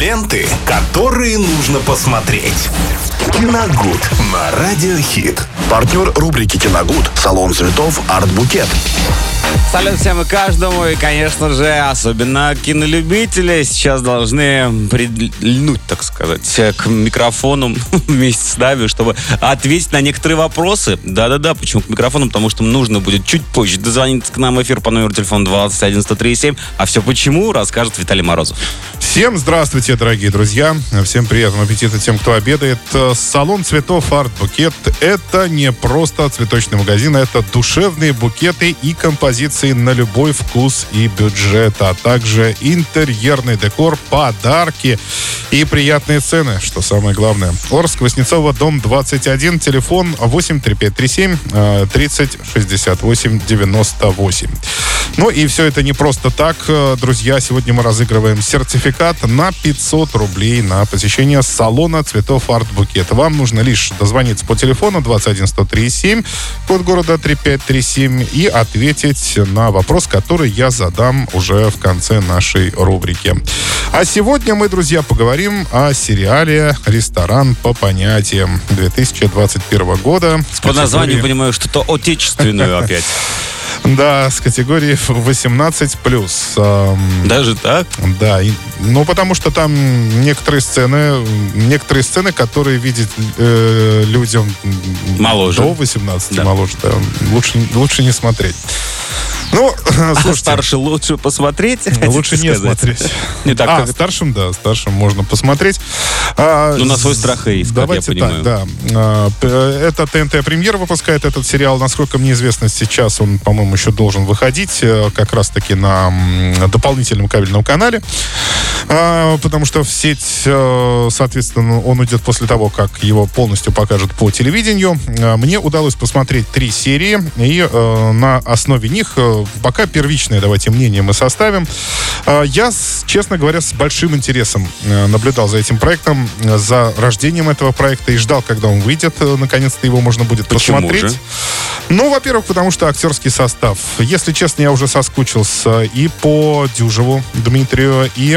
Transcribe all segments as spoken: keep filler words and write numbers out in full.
Ленты, которые нужно посмотреть. Киногуд на Радиохит. Партнер рубрики «Киногуд» — салон цветов «Арт-букет». Салют всем и каждому, и, конечно же, особенно кинолюбители сейчас должны прильнуть, так сказать, к микрофону вместе с нами, чтобы ответить на некоторые вопросы. Да-да-да, почему к микрофону? Потому что нужно будет чуть позже дозвониться к нам в эфир по номеру телефона двадцать один сто три семь. А все почему, расскажет Виталий Морозов. Всем здравствуйте, дорогие друзья. Всем приятного аппетита тем, кто обедает. Салон цветов «Арт-букет» — это не просто цветочный магазин, это душевные букеты и композиции на любой вкус и бюджет, а также интерьерный декор, подарки и приятные цены, что самое главное. Орск, Васнецова, дом двадцать один, телефон восемь три пять три семь тридцать шестьдесят восемь девяносто восемь. Ну и все это не просто так, друзья. Сегодня мы разыгрываем сертификат на пятьсот рублей на посещение салона цветов «Арт-букет». Вам нужно лишь дозвониться по телефону двадцать один сто три семь, код города три пять три семь, и ответить на вопрос, который я задам уже в конце нашей рубрики. А сегодня мы, друзья, поговорим о сериале «Ресторан по понятиям» две тысячи двадцать первого года. По названию понимаю, что-то отечественное опять. Да, с категории восемнадцать плюс. Даже так? Да. И, ну, потому что там некоторые сцены, некоторые сцены, которые видеть э, людям моложе. До восемнадцати, да. моложе, да, лучше, лучше не смотреть. Ну, слушайте. А старше лучше посмотреть? Лучше не сказать. смотреть. Не так, а, как... старшим, да, старшим можно посмотреть. А, ну, на свой страх и риск, давайте я понимаю. Так, да. Это ТНТ Премьер выпускает этот сериал. Насколько мне известно, сейчас он, по-моему, еще должен выходить как раз-таки на дополнительном кабельном канале. Потому что в сеть, соответственно, он уйдет после того, как его полностью покажут по телевидению. Мне удалось посмотреть три серии, и на основе них пока первичное, давайте, мнение мы составим. Я, честно говоря, с большим интересом наблюдал за этим проектом, за рождением этого проекта и ждал, когда он выйдет. Наконец-то его можно будет Почему посмотреть. же? Ну, во-первых, потому что актерский состав. Если честно, я уже соскучился и по Дюжеву Дмитрию, и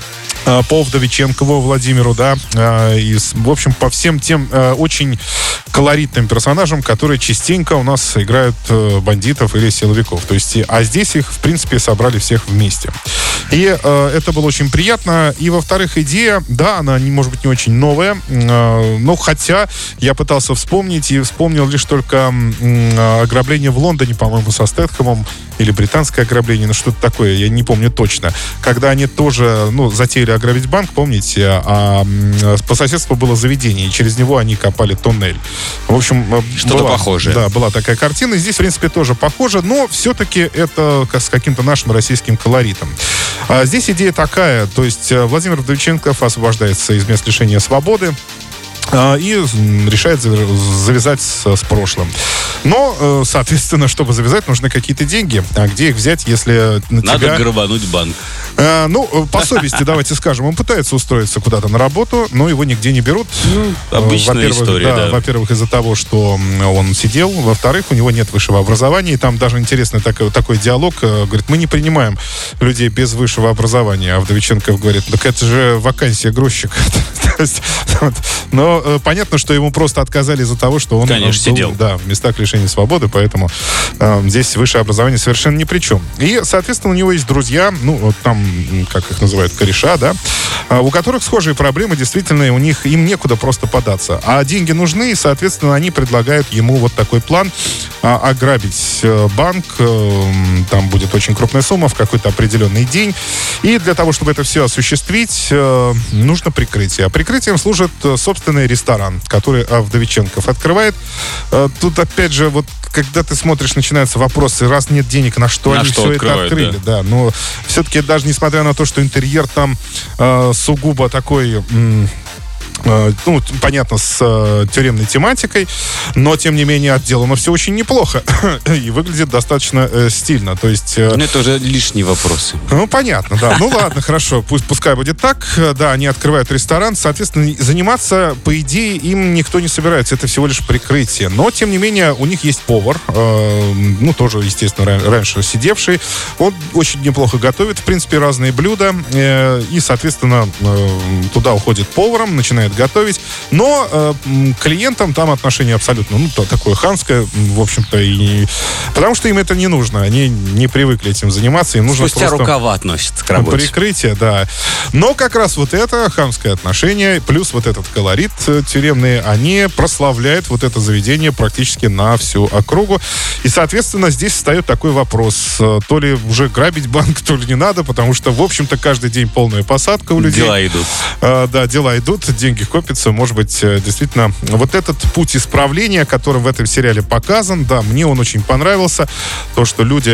по Вдовиченкову Владимиру, да, и, в общем, по всем тем очень колоритным персонажам, которые частенько у нас играют бандитов или силовиков. То есть, а здесь их, в принципе, собрали всех вместе. И э, это было очень приятно. И, во-вторых, идея, да, она, не, может быть, не очень новая, э, но хотя я пытался вспомнить и вспомнил лишь только э, ограбление в Лондоне, по-моему, со Стэтхэмом, или британское ограбление, ну что-то такое, я не помню точно. Когда они тоже, ну, затеяли ограбить банк, помните, а, а по соседству было заведение, и через него они копали туннель. В общем, что-то была, похожее. Да, была такая картина. Здесь, в принципе, тоже похоже, но все-таки это с каким-то нашим российским колоритом. А здесь идея такая, то есть Владимир Вдовиченков освобождается из мест лишения свободы и решает завязать с, с прошлым. Но, соответственно, чтобы завязать, нужны какие-то деньги. А где их взять, если на Надо тебя... грабануть банк. А, ну, по совести, давайте скажем, он пытается устроиться куда-то на работу, но его нигде не берут. Ну, обычная во-первых, история, да, да. Во-первых, из-за того, что он сидел. Во-вторых, у него нет высшего образования. И там даже интересный такой, такой диалог. Говорит, мы не принимаем людей без высшего образования. А Вдовиченков говорит, так это же вакансия грузчика. Но понятно, что ему просто отказали из-за того, что он Конечно, был, сидел. Да, в местах лишения свободы, поэтому э, здесь высшее образование совершенно ни при чем. И, соответственно, у него есть друзья, ну, вот там, как их называют, кореша, да, э, у которых схожие проблемы, действительно, у них, им некуда просто податься. А деньги нужны, и, соответственно, они предлагают ему вот такой план э, ограбить э, банк, э, там будет очень крупная сумма в какой-то определенный день. И для того, чтобы это все осуществить, э, нужно прикрытие. А прикрытием служит э, собственный ресторан, который Вдовиченков открывает. Э, тут, опять же, вот когда ты смотришь, начинаются вопросы, раз нет денег, на что на они что все это открыли. Да. Да, но все-таки даже несмотря на то, что интерьер там э, сугубо такой... М- ну, понятно, с э, тюремной тематикой, но, тем не менее, отделано все очень неплохо и выглядит достаточно э, стильно. То есть... Э, ну, это уже лишние вопросы. Ну, понятно, да. Ну, ладно, хорошо, пусть, пускай будет так. Да, они открывают ресторан, соответственно, заниматься, по идее, им никто не собирается. Это всего лишь прикрытие. Но, тем не менее, у них есть повар, э, ну, тоже, естественно, ра- раньше сидевший. Он очень неплохо готовит, в принципе, разные блюда. Э, и, соответственно, э, туда уходит поваром, начинает готовить, но э, к клиентам там отношение абсолютно, ну, то, такое ханское, в общем-то, и... Потому что им это не нужно, они не привыкли этим заниматься, им нужно Спустя просто... рукава относятся к работе. Прикрытие, да. Но как раз вот это хамское отношение, плюс вот этот колорит тюремный, они прославляют вот это заведение практически на всю округу. И, соответственно, здесь встает такой вопрос, то ли уже грабить банк, то ли не надо, потому что, в общем-то, каждый день полная посадка у людей. Дела идут. А, да, дела идут, деньги копятся. Может быть, действительно, вот этот путь исправления, который в этом сериале показан, да, мне он очень понравился. То, что люди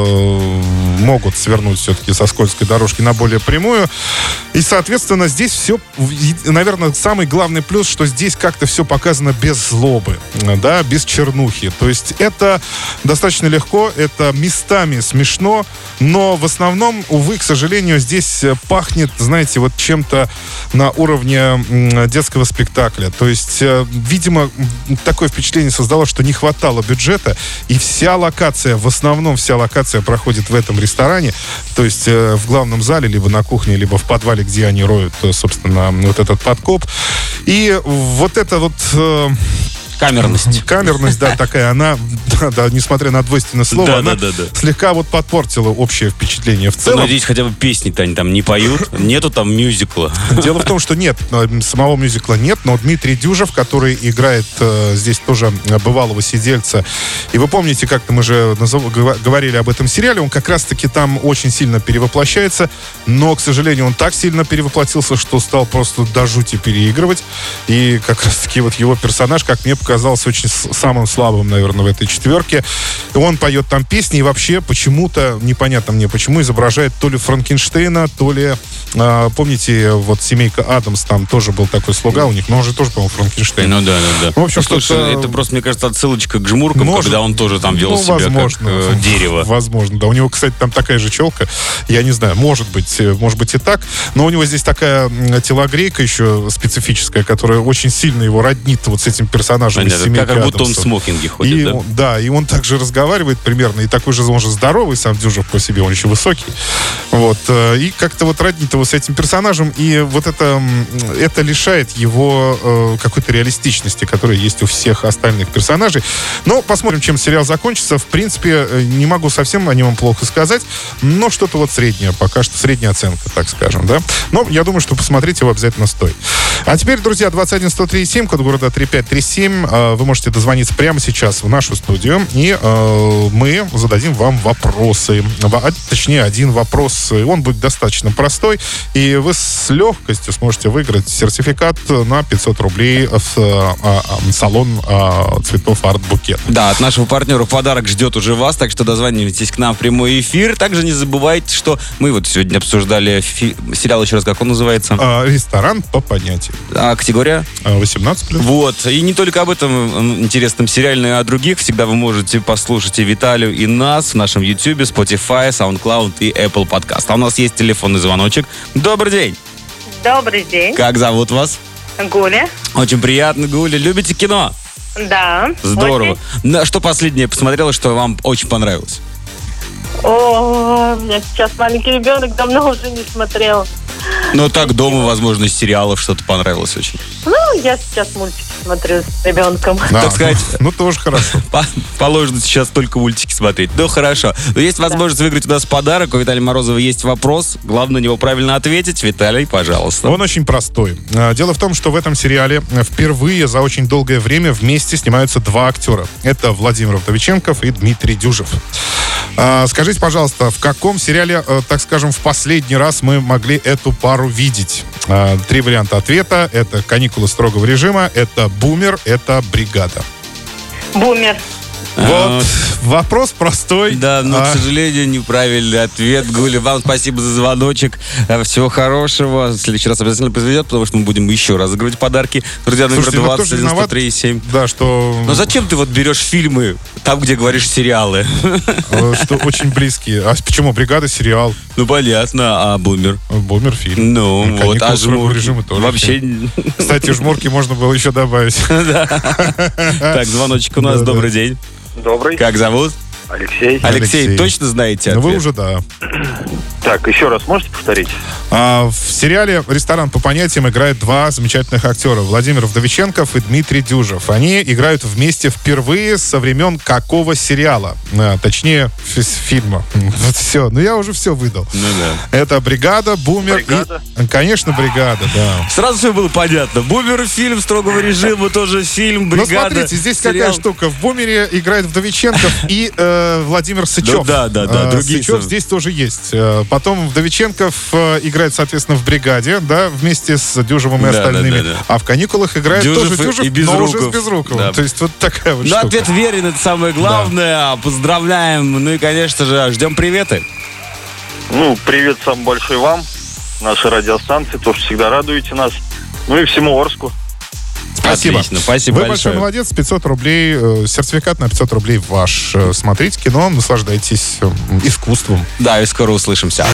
э, могут свернуть все-таки со скользкой дорожки на более прямую. И, соответственно, здесь все, наверное, самый главный плюс, что здесь как-то все показано без злобы, да, без чернухи. То есть это достаточно легко, это местами смешно, но в основном, увы, к сожалению, здесь пахнет, знаете, вот чем-то на уровне детского спектакля. То есть, видимо, такое впечатление создалось, что не хватало бюджета, и вся локация, в основном вся локация проходит в этом ресторане, то есть в главном зале, либо на кухне, либо в подвале, где они роют, собственно, вот этот подкоп. И вот это вот... Камерность. Камерность, да, такая, она, да, да, несмотря на двойственное слово, да, она да, да, да. слегка вот подпортила общее впечатление в целом. Надеюсь, хотя бы песни-то они там не поют. Нету там мюзикла. Дело в том, что нет, самого мюзикла нет, но Дмитрий Дюжев, который играет э, здесь тоже бывалого сидельца, и вы помните, как-то мы же назов... говорили об этом сериале, он как раз-таки там очень сильно перевоплощается, но, к сожалению, он так сильно перевоплотился, что стал просто до жути переигрывать, и как раз-таки вот его персонаж, как мне показался очень самым слабым, наверное, в этой четверке. Он поет там песни и вообще почему-то, непонятно мне почему, изображает то ли Франкенштейна, то ли, а, помните, вот семейка Адамс, там тоже был такой слуга у них, но он же тоже, по-моему, Франкенштейн. Ну да, да, да. В общем, ну, слушай, что-то... это просто, мне кажется, отсылочка к жмуркам, Может... когда он тоже там вел ну, себя возможно, как э, дерево. Возможно, да. У него, кстати, там такая же челка. Я не знаю, может быть, может быть и так. Но у него здесь такая телогрейка еще специфическая, которая очень сильно его роднит вот с этим персонажем. Понятно, как будто он в смокинге ходит, и, да? Да, и он также разговаривает примерно, и такой же, он же здоровый сам Дюжев по себе, он еще высокий. Вот, и как-то вот роднит его с этим персонажем, и вот это, это лишает его э, какой-то реалистичности, которая есть у всех остальных персонажей. Но посмотрим, чем сериал закончится. В принципе, не могу совсем о нем плохо сказать, но что-то вот среднее, пока что средняя оценка, так скажем, да. Но я думаю, что посмотреть его обязательно стоит. А теперь, друзья, двадцать один сто тридцать семь, код города три пять три семь. Вы можете дозвониться прямо сейчас в нашу студию, и э, мы зададим вам вопросы. А, точнее, один вопрос. Он будет достаточно простой, и вы с легкостью сможете выиграть сертификат на пятьсот рублей в а, а, салон а, цветов Art Bouquet. Да, от нашего партнера подарок ждет уже вас, так что дозванивайтесь к нам в прямой эфир. Также не забывайте, что мы вот сегодня обсуждали фи- сериал, еще раз, как он называется? А, ресторан по понятию. А категория? восемнадцать плюс. Вот. И не только об этом интересном сериале, но и о других. Всегда вы можете послушать и Виталию, и нас в нашем YouTube, Spotify, SoundCloud и Apple Podcast. А у нас есть телефонный звоночек. Добрый день. Добрый день. Как зовут вас? Гуля. Очень приятно, Гуля. Любите кино? Да. Здорово. Очень. На что последнее посмотрела, что вам очень понравилось? О, у меня сейчас маленький ребенок, давно уже не смотрел. Ну, так дома, возможно, из сериалов что-то понравилось очень. Ну, я сейчас мультики смотрю с ребенком. Да, так сказать, ну, ну, тоже хорошо. По- положено сейчас только мультики смотреть. Ну, хорошо. Но есть возможность выиграть у нас подарок. У Виталия Морозова есть вопрос. Главное на него правильно ответить. Виталий, пожалуйста. Он очень простой. Дело в том, что в этом сериале впервые за очень долгое время вместе снимаются два актера. Это Владимир Вдовиченков и Дмитрий Дюжев. Скажите, пожалуйста, в каком сериале, так скажем, в последний раз мы могли эту пару видеть? Три варианта ответа. Это «Каникулы строгого режима», это «Бумер», это «Бригада». Бумер. Вот, вопрос простой. Да, но, А, к сожалению, неправильный ответ. Гуля, вам спасибо за звоночек. Э, Всего хорошего. В следующий раз обязательно произведет, потому что мы будем еще разыгрывать подарки. Друзья, номер Слушайте, ну кто двадцать же один сто виноват? три семь. Да, что, Но зачем ты вот берешь фильмы там, где говоришь сериалы? э, что очень близкие. А почему? «Бригада» сериал, Ну, понятно, а бумер? «Бумер» фильм. Ну, «Каникулы вот, а строгого жмурки? режима» тоже Вообще, фильм. Кстати, «Жмурки» можно было еще добавить. так, звоночек у нас, Да-да. добрый день. Добрый. Как зовут? Алексей. Алексей, Алексей. точно знаете Ну, вы ответ? уже, да. Так, еще раз можете повторить? А, в сериале «Ресторан по понятиям» играют два замечательных актера. Владимир Вдовиченков и Дмитрий Дюжев. Они играют вместе впервые со времен какого сериала? А, точнее, фи- с фильма. Вот все. Ну, я уже все выдал. Ну да. Это «Бригада», «Бумер» «Бригада». и... Конечно, «Бригада», да. Сразу все было понятно. Бумер фильм строгого режима, тоже фильм, Но бригада. смотрите, здесь сериал. какая штука. В «Бумере» играет Вдовиченков и э, Владимир Сычев. Ну да, да, да, Э, другие Сычев со- здесь тоже есть. Э, Потом Вдовиченков э, играет, соответственно, в «Бригаде», да, вместе с Дюжевым и Да, остальными. да, да, да. А в «Каникулах» играет Дюжев тоже и- Дюжев, и но уже с Безруков. Безруковым. Да. То есть вот такая вот Ну, штука. ответ верен, это самое главное. Поздравляем. Ну и, конечно же, ждем приветы. Ну, привет самый большой вам, нашей радиостанции, то, что всегда радуете нас. Ну и всему Орску. Спасибо. Отлично, спасибо Вы большое. большой молодец. пятьсот рублей, э, сертификат на пятьсот рублей ваш. Э, Смотрите кино, наслаждайтесь э, искусством. Да, и скоро услышимся.